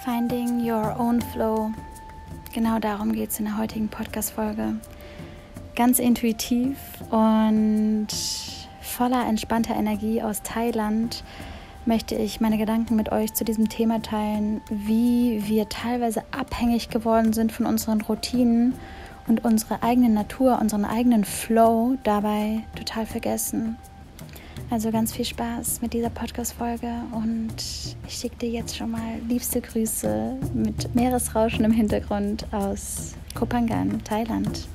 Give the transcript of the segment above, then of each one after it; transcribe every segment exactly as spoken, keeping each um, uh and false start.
Finding Your Own Flow. Genau darum geht es in der heutigen Podcast-Folge. Ganz intuitiv und voller entspannter Energie aus Thailand möchte ich meine Gedanken mit euch zu diesem Thema teilen, wie wir teilweise abhängig geworden sind von unseren Routinen und unsere eigene Natur, unseren eigenen Flow dabei total vergessen. Also ganz viel Spaß mit dieser Podcast-Folge und ich schicke dir jetzt schon mal liebste Grüße mit Meeresrauschen im Hintergrund aus Koh Phangan, Thailand.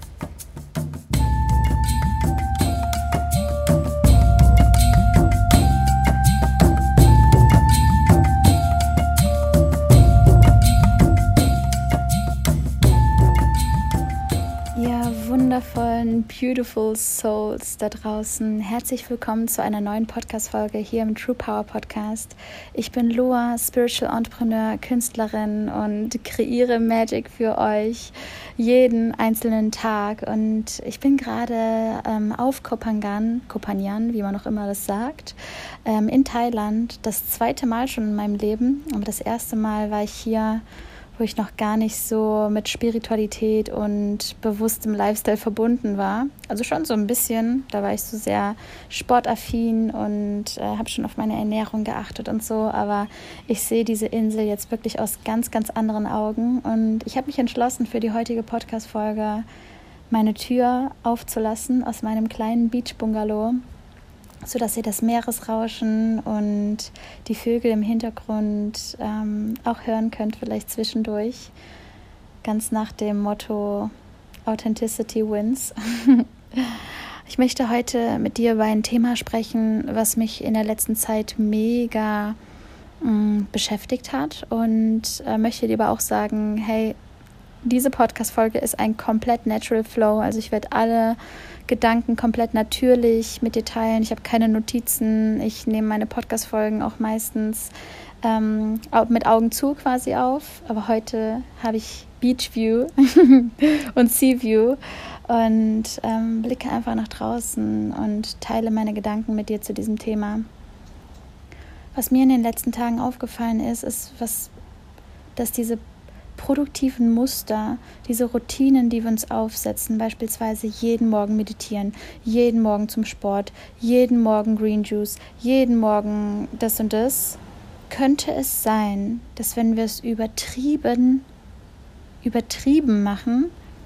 Wundervollen, beautiful Souls da draußen. Herzlich willkommen zu einer neuen Podcast-Folge hier im True Power Podcast. Ich bin Loa, Spiritual Entrepreneur, Künstlerin und kreiere Magic für euch jeden einzelnen Tag. Und ich bin gerade ähm, auf Koh Phangan, Koh Phangan, wie man auch immer das sagt, ähm, in Thailand. Das zweite Mal schon in meinem Leben. Aber das erste Mal war ich hier, wo ich noch gar nicht so mit Spiritualität und bewusstem Lifestyle verbunden war. Also schon so ein bisschen, da war ich so sehr sportaffin und äh, habe schon auf meine Ernährung geachtet und so, aber ich sehe diese Insel jetzt wirklich aus ganz, ganz anderen Augen und ich habe mich entschlossen, für die heutige Podcast-Folge meine Tür aufzulassen aus meinem kleinen Beach-Bungalow, sodass ihr das Meeresrauschen und die Vögel im Hintergrund ähm, auch hören könnt, vielleicht zwischendurch. Ganz nach dem Motto Authenticity wins. Ich möchte heute mit dir über ein Thema sprechen, was mich in der letzten Zeit mega mh, beschäftigt hat und äh, möchte dir aber auch sagen, hey, diese Podcast-Folge ist ein komplett natural flow, also ich werde alle Gedanken komplett natürlich mit dir teilen. Ich habe keine Notizen. Ich nehme meine Podcast-Folgen auch meistens ähm, mit Augen zu quasi auf. Aber heute habe ich Beach View und Sea View und ähm, blicke einfach nach draußen und teile meine Gedanken mit dir zu diesem Thema. Was mir in den letzten Tagen aufgefallen ist, ist, was, dass diese produktiven Muster, diese Routinen, die wir uns aufsetzen, beispielsweise jeden Morgen meditieren, jeden Morgen zum Sport, jeden Morgen Green Juice, jeden Morgen das und das, könnte es sein, dass wenn wir es übertrieben, übertrieben machen,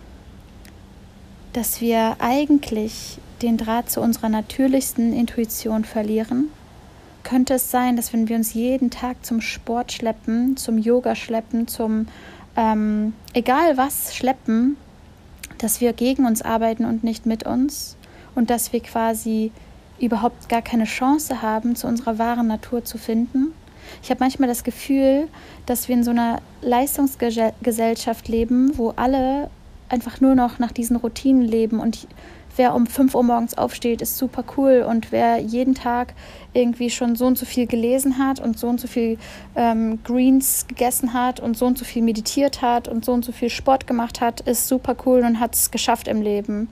dass wir eigentlich den Draht zu unserer natürlichsten Intuition verlieren? Könnte es sein, dass wenn wir uns jeden Tag zum Sport schleppen, zum Yoga schleppen, zum Ähm, egal was schleppen, dass wir gegen uns arbeiten und nicht mit uns und dass wir quasi überhaupt gar keine Chance haben, zu unserer wahren Natur zu finden. Ich habe manchmal das Gefühl, dass wir in so einer Leistungsgesellschaft leben, wo alle einfach nur noch nach diesen Routinen leben und wer um fünf Uhr morgens aufsteht, ist super cool und wer jeden Tag irgendwie schon so und so viel gelesen hat und so und so viel ähm, Greens gegessen hat und so und so viel meditiert hat und so und so viel Sport gemacht hat, ist super cool und hat es geschafft im Leben.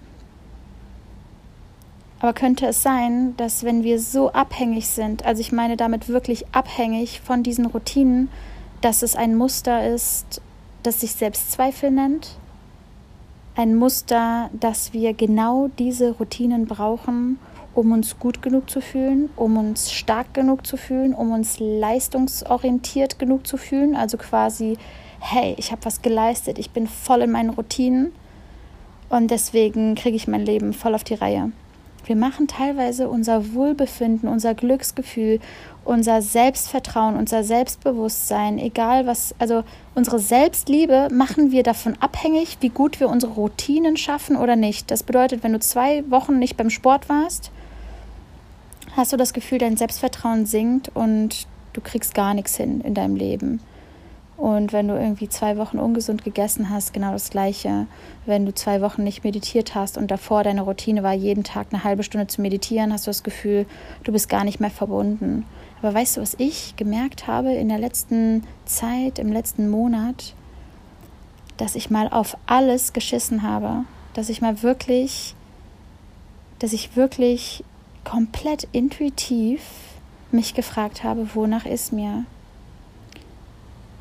Aber könnte es sein, dass wenn wir so abhängig sind, also ich meine damit wirklich abhängig von diesen Routinen, dass es ein Muster ist, das sich Selbstzweifel nennt? Ein Muster, dass wir genau diese Routinen brauchen, um uns gut genug zu fühlen, um uns stark genug zu fühlen, um uns leistungsorientiert genug zu fühlen. Also quasi, hey, ich habe was geleistet, ich bin voll in meinen Routinen und deswegen kriege ich mein Leben voll auf die Reihe. Wir machen teilweise unser Wohlbefinden, unser Glücksgefühl, unser Selbstvertrauen, unser Selbstbewusstsein, egal was, also unsere Selbstliebe machen wir davon abhängig, wie gut wir unsere Routinen schaffen oder nicht. Das bedeutet, wenn du zwei Wochen nicht beim Sport warst, hast du das Gefühl, dein Selbstvertrauen sinkt und du kriegst gar nichts hin in deinem Leben. Und wenn du irgendwie zwei Wochen ungesund gegessen hast, genau das Gleiche. Wenn du zwei Wochen nicht meditiert hast und davor deine Routine war, jeden Tag eine halbe Stunde zu meditieren, hast du das Gefühl, du bist gar nicht mehr verbunden. Aber weißt du, was ich gemerkt habe in der letzten Zeit, im letzten Monat? Dass ich mal auf alles geschissen habe. Dass ich mal wirklich, dass ich wirklich komplett intuitiv mich gefragt habe, wonach ist mir?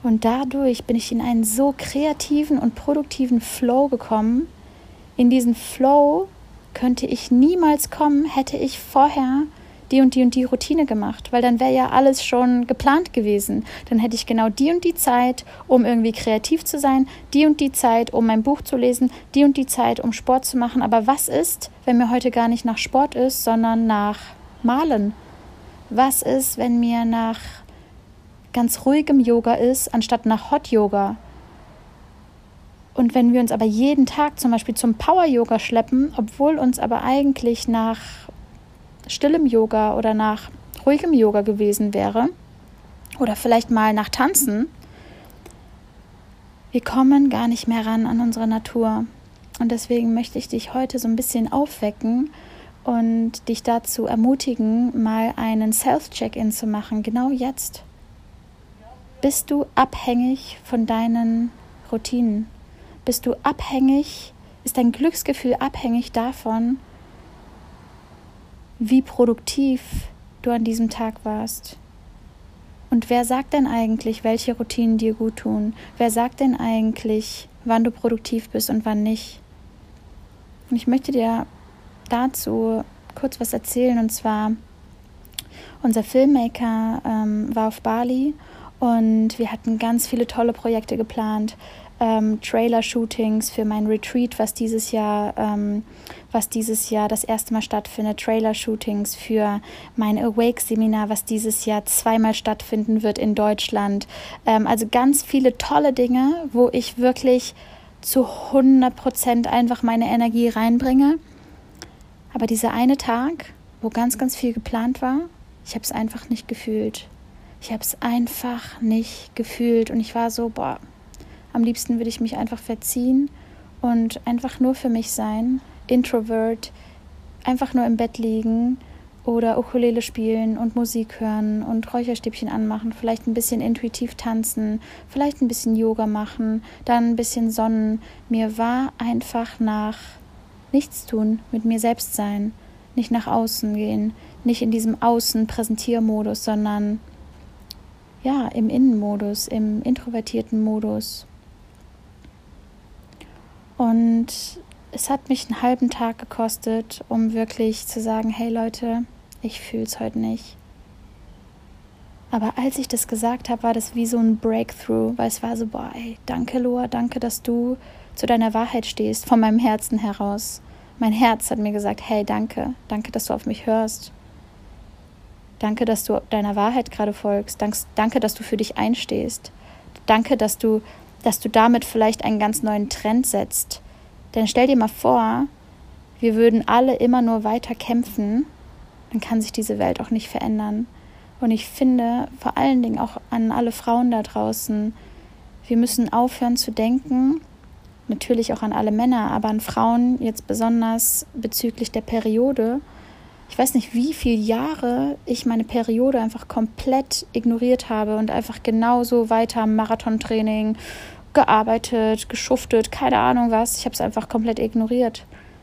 Und dadurch bin ich in einen so kreativen und produktiven Flow gekommen. In diesen Flow könnte ich niemals kommen, hätte ich vorher die und die und die Routine gemacht, weil dann wäre ja alles schon geplant gewesen. Dann hätte ich genau die und die Zeit, um irgendwie kreativ zu sein, die und die Zeit, um mein Buch zu lesen, die und die Zeit, um Sport zu machen. Aber was ist, wenn mir heute gar nicht nach Sport ist, sondern nach Malen? Was ist, wenn mir nach ganz ruhigem Yoga ist, anstatt nach Hot Yoga? Und wenn wir uns aber jeden Tag zum Beispiel zum Power Yoga schleppen, obwohl uns aber eigentlich nach stillem Yoga oder nach ruhigem Yoga gewesen wäre oder vielleicht mal nach Tanzen, wir kommen gar nicht mehr ran an unsere Natur. Und deswegen möchte ich dich heute so ein bisschen aufwecken und dich dazu ermutigen, mal einen Self-Check-In zu machen, genau jetzt. Bist du abhängig von deinen Routinen? Bist du abhängig, ist dein Glücksgefühl abhängig davon, wie produktiv du an diesem Tag warst? Und wer sagt denn eigentlich, welche Routinen dir gut tun? Wer sagt denn eigentlich, wann du produktiv bist und wann nicht? Und ich möchte dir dazu kurz was erzählen. Und zwar, unser Filmmaker ähm, war auf Bali und wir hatten ganz viele tolle Projekte geplant. Ähm, Trailer-Shootings für mein Retreat, was dieses Jahr, ähm, was dieses Jahr das erste Mal stattfindet, Trailer-Shootings für mein Awake-Seminar, was dieses Jahr zweimal stattfinden wird in Deutschland. Ähm, also ganz viele tolle Dinge, wo ich wirklich zu hundert Prozent einfach meine Energie reinbringe. Aber dieser eine Tag, wo ganz, ganz viel geplant war, ich habe es einfach nicht gefühlt. Ich habe es einfach nicht gefühlt und ich war so, boah, am liebsten würde ich mich einfach verziehen und einfach nur für mich sein, Introvert, einfach nur im Bett liegen oder Ukulele spielen und Musik hören und Räucherstäbchen anmachen, vielleicht ein bisschen intuitiv tanzen, vielleicht ein bisschen Yoga machen, dann ein bisschen sonnen. Mir war einfach nach nichts tun, mit mir selbst sein, nicht nach außen gehen, nicht in diesem Außen-Präsentiermodus, sondern ja, im Innenmodus, im introvertierten Modus. Und es hat mich einen halben Tag gekostet, um wirklich zu sagen, hey Leute, ich fühle es heute nicht. Aber als ich das gesagt habe, war das wie so ein Breakthrough, weil es war so, boah, ey, danke Loa, danke, dass du zu deiner Wahrheit stehst, von meinem Herzen heraus. Mein Herz hat mir gesagt, hey, danke, danke, dass du auf mich hörst. Danke, dass du deiner Wahrheit gerade folgst. Danke, dass du für dich einstehst. Danke, dass du dass du damit vielleicht einen ganz neuen Trend setzt. Denn stell dir mal vor, wir würden alle immer nur weiter kämpfen, dann kann sich diese Welt auch nicht verändern. Und ich finde, vor allen Dingen auch an alle Frauen da draußen, wir müssen aufhören zu denken, natürlich auch an alle Männer, aber an Frauen jetzt besonders bezüglich der Periode. Ich weiß nicht, wie viele Jahre ich meine Periode einfach komplett ignoriert habe und einfach genauso weiter am Marathontraining gearbeitet, geschuftet, keine Ahnung was. Ich habe es einfach komplett ignoriert.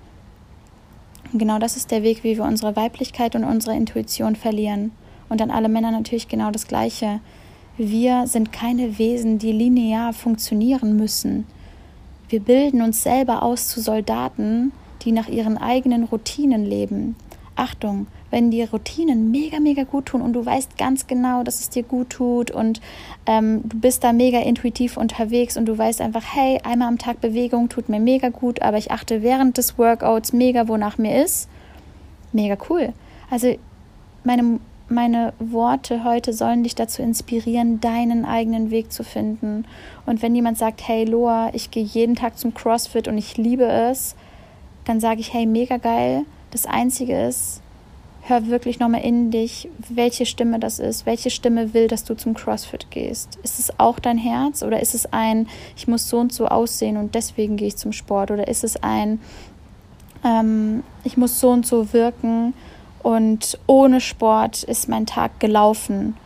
Und genau das ist der Weg, wie wir unsere Weiblichkeit und unsere Intuition verlieren. Und an alle Männer natürlich genau das Gleiche. Wir sind keine Wesen, die linear funktionieren müssen. Wir bilden uns selber aus zu Soldaten, die nach ihren eigenen Routinen leben. Achtung, wenn dir Routinen mega, mega gut tun und du weißt ganz genau, dass es dir gut tut und ähm, du bist da mega intuitiv unterwegs und du weißt einfach, hey, einmal am Tag Bewegung tut mir mega gut, aber ich achte während des Workouts mega, wonach mir ist, mega cool. Also meine, meine Worte heute sollen dich dazu inspirieren, deinen eigenen Weg zu finden. Und wenn jemand sagt, hey Loa, ich gehe jeden Tag zum CrossFit und ich liebe es, dann sage ich, hey, mega geil. Das Einzige ist, hör wirklich nochmal in dich, welche Stimme das ist. Welche Stimme will, dass du zum CrossFit gehst? Ist es auch dein Herz oder ist es ein, ich muss so und so aussehen und deswegen gehe ich zum Sport? Oder ist es ein, ähm, ich muss so und so wirken und ohne Sport ist mein Tag gelaufen?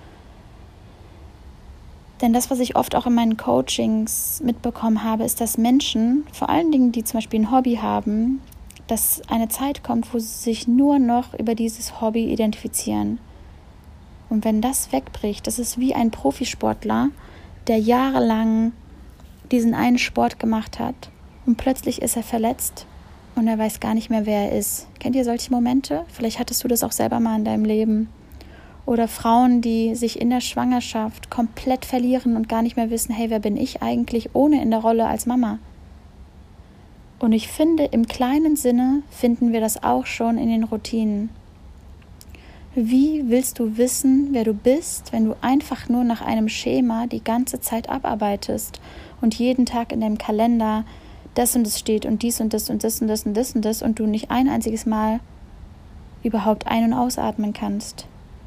Denn das, was ich oft auch in meinen Coachings mitbekommen habe, ist, dass Menschen, vor allen Dingen, die zum Beispiel ein Hobby haben, dass eine Zeit kommt, wo sie sich nur noch über dieses Hobby identifizieren. Und wenn das wegbricht, das ist wie ein Profisportler, der jahrelang diesen einen Sport gemacht hat und plötzlich ist er verletzt und er weiß gar nicht mehr, wer er ist. Kennt ihr solche Momente? Vielleicht hattest du das auch selber mal in deinem Leben. Oder Frauen, die sich in der Schwangerschaft komplett verlieren und gar nicht mehr wissen, hey, wer bin ich eigentlich ohne in der Rolle als Mama? Und ich finde, im kleinen Sinne finden wir das auch schon in den Routinen. Wie willst du wissen, wer du bist, wenn du einfach nur nach einem Schema die ganze Zeit abarbeitest und jeden Tag in deinem Kalender das und das steht und dies und das und das und das und das und das und du nicht ein einziges Mal überhaupt ein- und ausatmen kannst?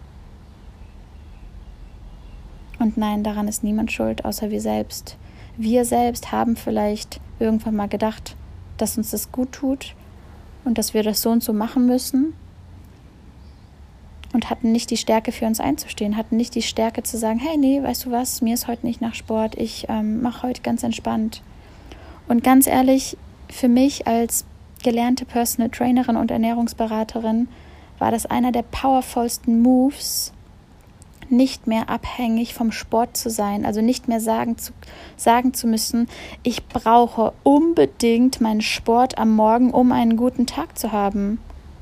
Und nein, daran ist niemand schuld, außer wir selbst. Wir selbst haben vielleicht irgendwann mal gedacht, dass uns das gut tut und dass wir das so und so machen müssen und hatten nicht die Stärke für uns einzustehen, hatten nicht die Stärke zu sagen, hey, nee, weißt du was, mir ist heute nicht nach Sport, ich ähm, mache heute ganz entspannt. Und ganz ehrlich, für mich als gelernte Personal Trainerin und Ernährungsberaterin war das einer der powervollsten Moves, nicht mehr abhängig vom Sport zu sein, also nicht mehr sagen zu, sagen zu müssen, ich brauche unbedingt meinen Sport am Morgen, um einen guten Tag zu haben.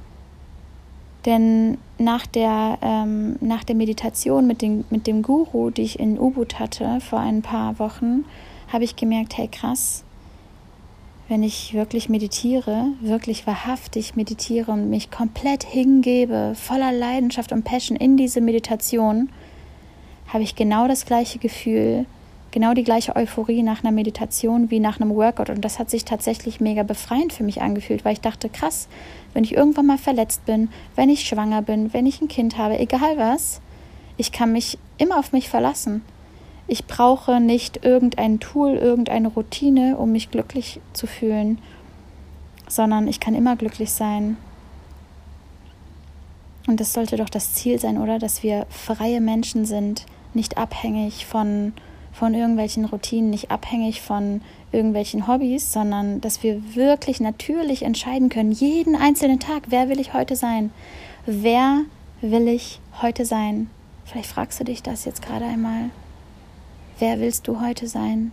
Denn nach der, ähm, nach der Meditation mit dem, mit dem Guru, die ich in Ubud hatte vor ein paar Wochen, habe ich gemerkt, hey krass, wenn ich wirklich meditiere, wirklich wahrhaftig meditiere und mich komplett hingebe, voller Leidenschaft und Passion in diese Meditation, habe ich genau das gleiche Gefühl, genau die gleiche Euphorie nach einer Meditation wie nach einem Workout. Und das hat sich tatsächlich mega befreiend für mich angefühlt, weil ich dachte, krass, wenn ich irgendwann mal verletzt bin, wenn ich schwanger bin, wenn ich ein Kind habe, egal was, ich kann mich immer auf mich verlassen. Ich brauche nicht irgendein Tool, irgendeine Routine, um mich glücklich zu fühlen, sondern ich kann immer glücklich sein. Und das sollte doch das Ziel sein, oder? Dass wir freie Menschen sind, nicht abhängig von, von irgendwelchen Routinen, nicht abhängig von irgendwelchen Hobbys, sondern dass wir wirklich natürlich entscheiden können, jeden einzelnen Tag, wer will ich heute sein? Wer will ich heute sein? Vielleicht fragst du dich das jetzt gerade einmal. Wer willst du heute sein?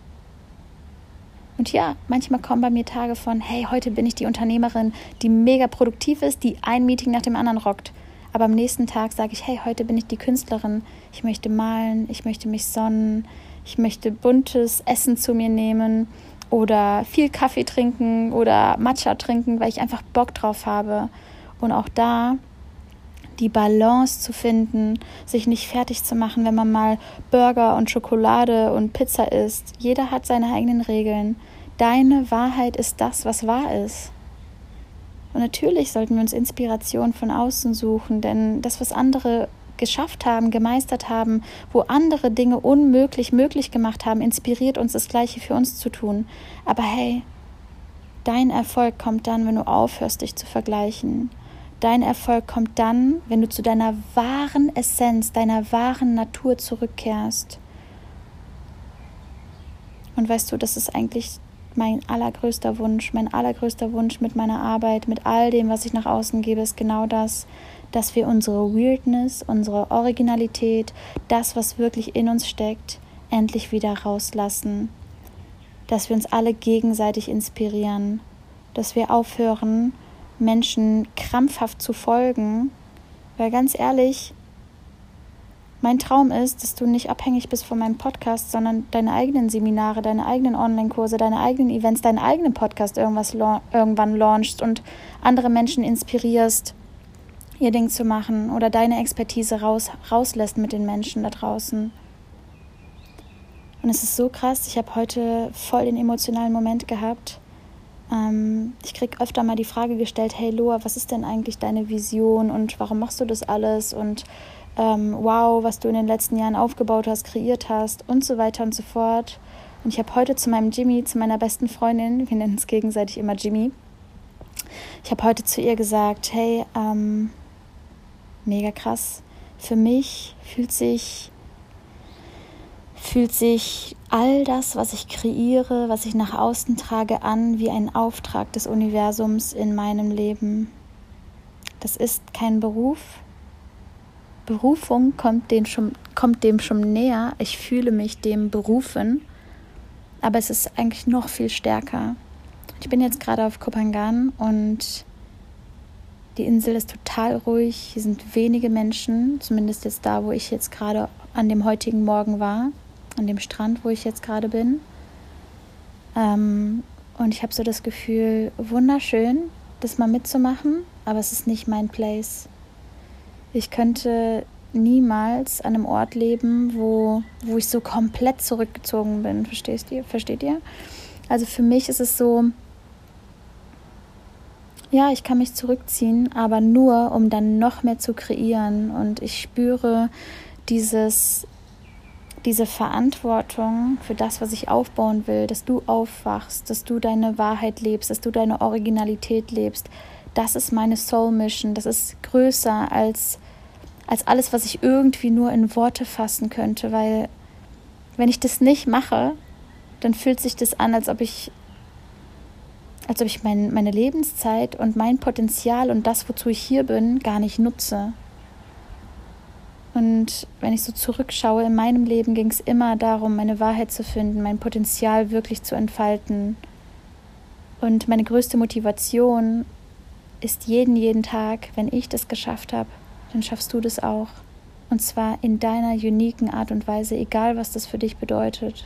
Und ja, manchmal kommen bei mir Tage von, hey, heute bin ich die Unternehmerin, die mega produktiv ist, die ein Meeting nach dem anderen rockt. Aber am nächsten Tag sage ich, hey, heute bin ich die Künstlerin. Ich möchte malen, ich möchte mich sonnen, ich möchte buntes Essen zu mir nehmen oder viel Kaffee trinken oder Matcha trinken, weil ich einfach Bock drauf habe. Und auch da die Balance zu finden, sich nicht fertig zu machen, wenn man mal Burger und Schokolade und Pizza isst. Jeder hat seine eigenen Regeln. Deine Wahrheit ist das, was wahr ist. Und natürlich sollten wir uns Inspiration von außen suchen, denn das, was andere geschafft haben, gemeistert haben, wo andere Dinge unmöglich möglich gemacht haben, inspiriert uns, das Gleiche für uns zu tun. Aber hey, dein Erfolg kommt dann, wenn du aufhörst, dich zu vergleichen. Dein Erfolg kommt dann, wenn du zu deiner wahren Essenz, deiner wahren Natur zurückkehrst. Und weißt du, das ist eigentlich mein allergrößter Wunsch, mein allergrößter Wunsch mit meiner Arbeit, mit all dem, was ich nach außen gebe, ist genau das, dass wir unsere Weirdness, unsere Originalität, das, was wirklich in uns steckt, endlich wieder rauslassen. Dass wir uns alle gegenseitig inspirieren, dass wir aufhören, Menschen krampfhaft zu folgen, weil ganz ehrlich, mein Traum ist, dass du nicht abhängig bist von meinem Podcast, sondern deine eigenen Seminare, deine eigenen Online-Kurse, deine eigenen Events, deinen eigenen Podcast irgendwas la- irgendwann launchst und andere Menschen inspirierst, ihr Ding zu machen oder deine Expertise raus, rauslässt mit den Menschen da draußen. Und es ist so krass, ich habe heute voll den emotionalen Moment gehabt. Ähm, ich kriege öfter mal die Frage gestellt, hey Loa, was ist denn eigentlich deine Vision und warum machst du das alles und ähm, wow, was du in den letzten Jahren aufgebaut hast, kreiert hast und so weiter und so fort. Und ich habe heute zu meinem Jimmy, zu meiner besten Freundin, wir nennen es gegenseitig immer Jimmy, ich habe heute zu ihr gesagt, hey, ähm, mega krass, für mich fühlt sich fühlt sich all das, was ich kreiere, was ich nach außen trage, an wie ein Auftrag des Universums in meinem Leben. Das ist kein Beruf. Berufung kommt, den schon, kommt dem schon näher. Ich fühle mich dem berufen. Aber es ist eigentlich noch viel stärker. Ich bin jetzt gerade auf Koh Phangan und die Insel ist total ruhig. Hier sind wenige Menschen, zumindest jetzt da, wo ich jetzt gerade an dem heutigen Morgen war, an dem Strand, wo ich jetzt gerade bin. Ähm, und ich habe so das Gefühl, wunderschön, das mal mitzumachen, aber es ist nicht mein Place. Ich könnte niemals an einem Ort leben, wo, wo ich so komplett zurückgezogen bin. Verstehst ihr? Versteht ihr? Also für mich ist es so, ja, ich kann mich zurückziehen, aber nur, um dann noch mehr zu kreieren. Und ich spüre dieses, diese Verantwortung für das, was ich aufbauen will, dass du aufwachst, dass du deine Wahrheit lebst, dass du deine Originalität lebst. Das ist meine Soul Mission. Das ist größer als, als alles, was ich irgendwie nur in Worte fassen könnte. Weil wenn ich das nicht mache, dann fühlt sich das an, als ob ich als ob ich mein, meine Lebenszeit und mein Potenzial und das, wozu ich hier bin, gar nicht nutze. Und wenn ich so zurückschaue, in meinem Leben ging es immer darum, meine Wahrheit zu finden, mein Potenzial wirklich zu entfalten. Und meine größte Motivation ist jeden, jeden Tag, wenn ich das geschafft habe, dann schaffst du das auch. Und zwar in deiner uniken Art und Weise, egal was das für dich bedeutet.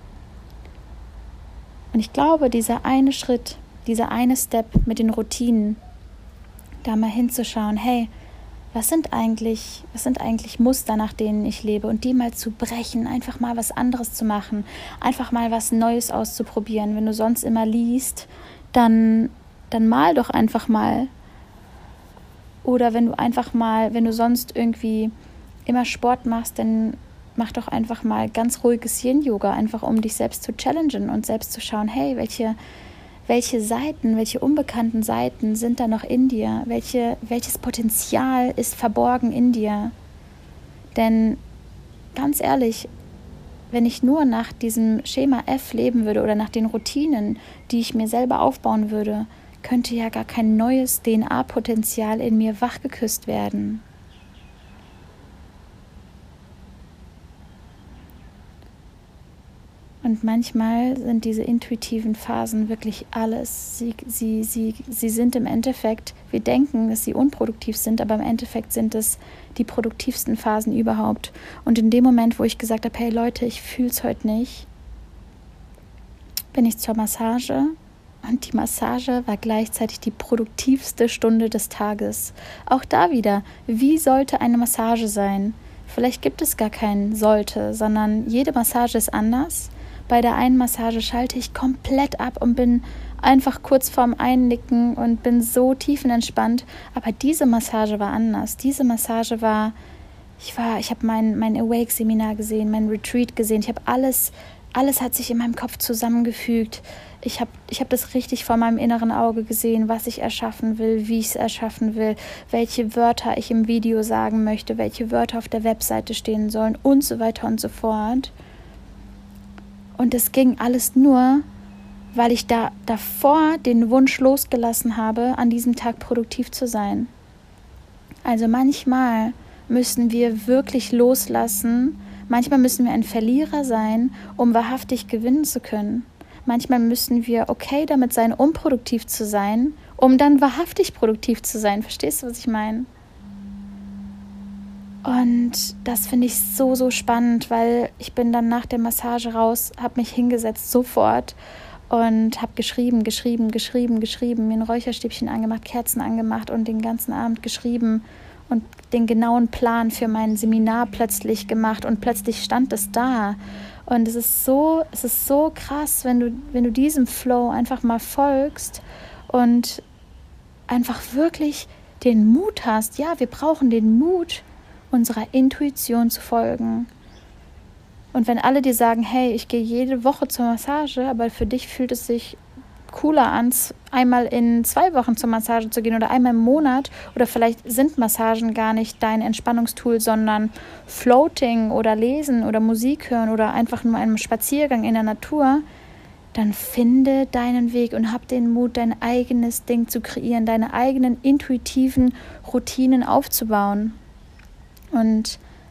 Und ich glaube, dieser eine Schritt, dieser eine Step mit den Routinen, da mal hinzuschauen, hey, was sind eigentlich, was sind eigentlich Muster, nach denen ich lebe, und die mal zu brechen, einfach mal was anderes zu machen, einfach mal was Neues auszuprobieren. Wenn du sonst immer liest, dann, dann mal doch einfach mal. Oder wenn du einfach mal, wenn du sonst irgendwie immer Sport machst, dann mach doch einfach mal ganz ruhiges Yin-Yoga, einfach um dich selbst zu challengen und selbst zu schauen, hey, welche Welche Seiten, welche unbekannten Seiten sind da noch in dir? Welche, welches Potenzial ist verborgen in dir? Denn ganz ehrlich, wenn ich nur nach diesem Schema F leben würde oder nach den Routinen, die ich mir selber aufbauen würde, könnte ja gar kein neues D N A-Potenzial in mir wachgeküsst werden. Und manchmal sind diese intuitiven Phasen wirklich alles. Sie, sie, sie, sie sind im Endeffekt, wir denken, dass sie unproduktiv sind, aber im Endeffekt sind es die produktivsten Phasen überhaupt. Und in dem Moment, wo ich gesagt habe, hey Leute, ich fühle es heute nicht, bin ich zur Massage. Und die Massage war gleichzeitig die produktivste Stunde des Tages. Auch da wieder, wie sollte eine Massage sein? Vielleicht gibt es gar keinen sollte, sondern jede Massage ist anders. Bei der einen Massage schalte ich komplett ab und bin einfach kurz vorm Einnicken und bin so tiefenentspannt. Aber diese Massage war anders. Diese Massage war, ich war, ich habe mein, mein Awake-Seminar gesehen, mein Retreat gesehen. Ich habe alles, alles hat sich in meinem Kopf zusammengefügt. Ich habe ich hab das richtig vor meinem inneren Auge gesehen, was ich erschaffen will, wie ich es erschaffen will, welche Wörter ich im Video sagen möchte, welche Wörter auf der Webseite stehen sollen und so weiter und so fort. Und es ging alles nur, weil ich da davor den Wunsch losgelassen habe, an diesem Tag produktiv zu sein. Also manchmal müssen wir wirklich loslassen, manchmal müssen wir ein Verlierer sein, um wahrhaftig gewinnen zu können. Manchmal müssen wir okay damit sein, unproduktiv zu sein, um dann wahrhaftig produktiv zu sein. Verstehst du, was ich meine? Und das finde ich so, so spannend, weil ich bin dann nach der Massage raus, habe mich hingesetzt sofort und habe geschrieben, geschrieben, geschrieben, geschrieben, mir ein Räucherstäbchen angemacht, Kerzen angemacht und den ganzen Abend geschrieben und den genauen Plan für mein Seminar plötzlich gemacht und plötzlich stand es da. Und es ist so, es ist so krass, wenn du, wenn du diesem Flow einfach mal folgst und einfach wirklich den Mut hast. Ja, wir brauchen den Mut, unserer Intuition zu folgen. Und wenn alle dir sagen, hey, ich gehe jede Woche zur Massage, aber für dich fühlt es sich cooler an, einmal in zwei Wochen zur Massage zu gehen oder einmal im Monat, oder vielleicht sind Massagen gar nicht dein Entspannungstool, sondern Floating oder Lesen oder Musik hören oder einfach nur einen Spaziergang in der Natur, dann finde deinen Weg und hab den Mut, dein eigenes Ding zu kreieren, deine eigenen intuitiven Routinen aufzubauen. Und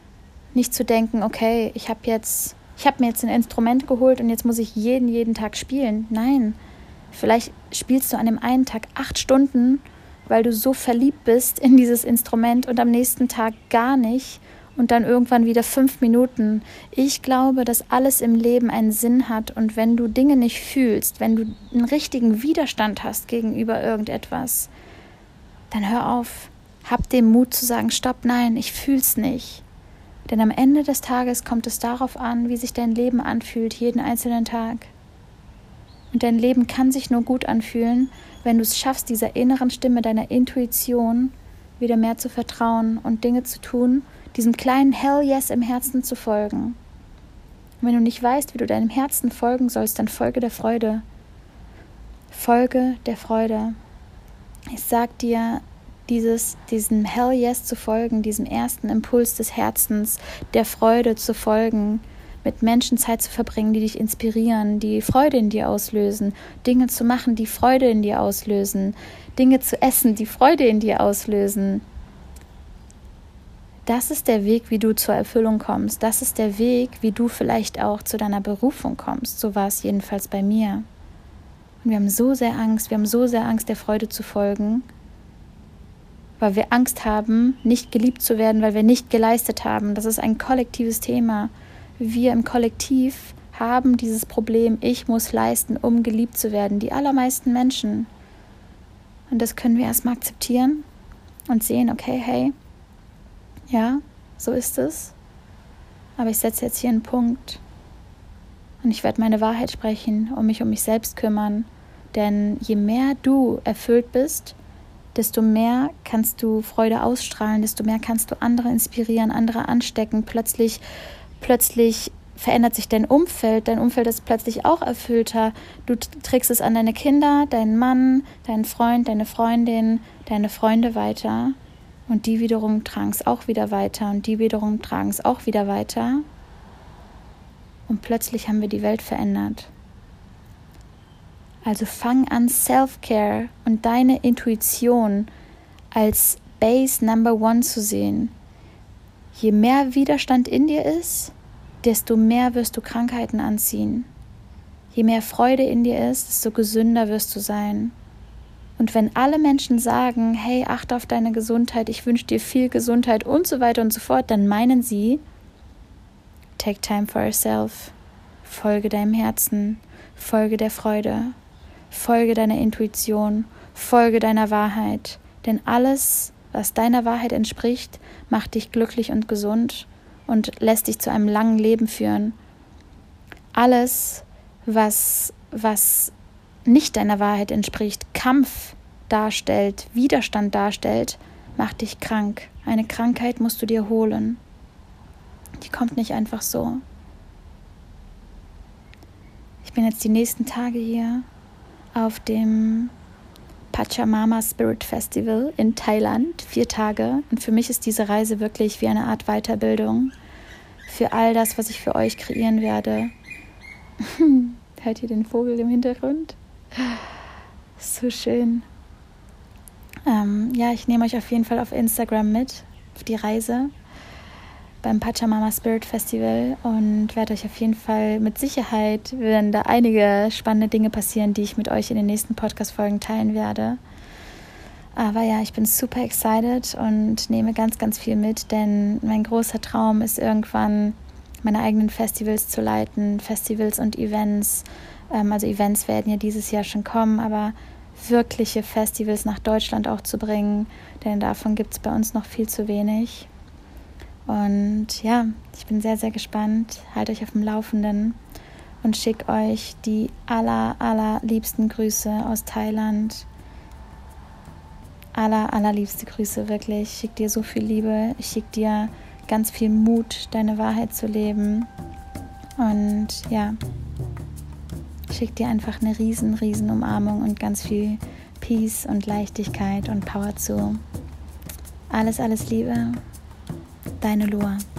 Nicht zu denken, okay, ich habe jetzt, ich habe mir jetzt ein Instrument geholt und jetzt muss ich jeden, jeden Tag spielen. Nein, vielleicht spielst du an dem einen Tag acht Stunden, weil du so verliebt bist in dieses Instrument und am nächsten Tag gar nicht und dann irgendwann wieder fünf Minuten. Ich glaube, dass alles im Leben einen Sinn hat und wenn du Dinge nicht fühlst, wenn du einen richtigen Widerstand hast gegenüber irgendetwas, dann hör auf. Hab den Mut zu sagen, stopp, nein, ich fühl's nicht. Denn am Ende des Tages kommt es darauf an, wie sich dein Leben anfühlt, jeden einzelnen Tag. Und dein Leben kann sich nur gut anfühlen, wenn du es schaffst, dieser inneren Stimme, deiner Intuition wieder mehr zu vertrauen und Dinge zu tun, diesem kleinen Hell Yes im Herzen zu folgen. Und wenn du nicht weißt, wie du deinem Herzen folgen sollst, dann folge der Freude. Folge der Freude. Ich sag dir, dieses, diesem Hell Yes zu folgen, diesem ersten Impuls des Herzens, der Freude zu folgen, mit Menschen Zeit zu verbringen, die dich inspirieren, die Freude in dir auslösen, Dinge zu machen, die Freude in dir auslösen, Dinge zu essen, die Freude in dir auslösen. Das ist der Weg, wie du zur Erfüllung kommst. Das ist der Weg, wie du vielleicht auch zu deiner Berufung kommst. So war es jedenfalls bei mir. Und wir haben so sehr Angst, wir haben so sehr Angst, der Freude zu folgen, weil wir Angst haben, nicht geliebt zu werden, weil wir nicht geleistet haben. Das ist ein kollektives Thema. Wir im Kollektiv haben dieses Problem, ich muss leisten, um geliebt zu werden. Die allermeisten Menschen. Und das können wir erstmal akzeptieren und sehen, okay, hey, ja, so ist es. Aber ich setze jetzt hier einen Punkt. Und ich werde meine Wahrheit sprechen und mich um mich selbst kümmern. Denn je mehr du erfüllt bist, desto mehr kannst du Freude ausstrahlen, desto mehr kannst du andere inspirieren, andere anstecken. Plötzlich, plötzlich verändert sich dein Umfeld, dein Umfeld ist plötzlich auch erfüllter. Du trägst es an deine Kinder, deinen Mann, deinen Freund, deine Freundin, deine Freunde weiter. Und die wiederum tragen es auch wieder weiter und die wiederum tragen es auch wieder weiter. Und plötzlich haben wir die Welt verändert. Also fang an, Self-Care und deine Intuition als Base Number One zu sehen. Je mehr Widerstand in dir ist, desto mehr wirst du Krankheiten anziehen. Je mehr Freude in dir ist, desto gesünder wirst du sein. Und wenn alle Menschen sagen, hey, achte auf deine Gesundheit, ich wünsche dir viel Gesundheit und so weiter und so fort, dann meinen sie, take time for yourself, folge deinem Herzen, folge der Freude. Folge deiner Intuition, folge deiner Wahrheit, denn alles, was deiner Wahrheit entspricht, macht dich glücklich und gesund und lässt dich zu einem langen Leben führen. Alles, was, was nicht deiner Wahrheit entspricht, Kampf darstellt, Widerstand darstellt, macht dich krank. Eine Krankheit musst du dir holen. Die kommt nicht einfach so. Ich bin jetzt die nächsten Tage hier auf dem Pachamama Spirit Festival in Thailand, vier Tage. Und für mich ist diese Reise wirklich wie eine Art Weiterbildung für all das, was ich für euch kreieren werde. Hört ihr den Vogel im Hintergrund? So schön. Ähm, ja, ich nehme euch auf jeden Fall auf Instagram mit, auf die Reise beim Pachamama Spirit Festival und werde euch auf jeden Fall mit Sicherheit, werden da einige spannende Dinge passieren, die ich mit euch in den nächsten Podcast-Folgen teilen werde. Aber ja, ich bin super excited und nehme ganz, ganz viel mit, denn mein großer Traum ist irgendwann, meine eigenen Festivals zu leiten, Festivals und Events. Ähm, also Events werden ja dieses Jahr schon kommen, aber wirkliche Festivals nach Deutschland auch zu bringen, denn davon gibt es bei uns noch viel zu wenig. Und ja, ich bin sehr, sehr gespannt. Haltet euch auf dem Laufenden und schicke euch die aller, allerliebsten Grüße aus Thailand. Aller, allerliebste Grüße, wirklich. Ich schicke dir so viel Liebe. Ich schicke dir ganz viel Mut, deine Wahrheit zu leben. Und ja, ich schicke dir einfach eine riesen, riesen Umarmung und ganz viel Peace und Leichtigkeit und Power zu. Alles, alles Liebe. Deine Lua.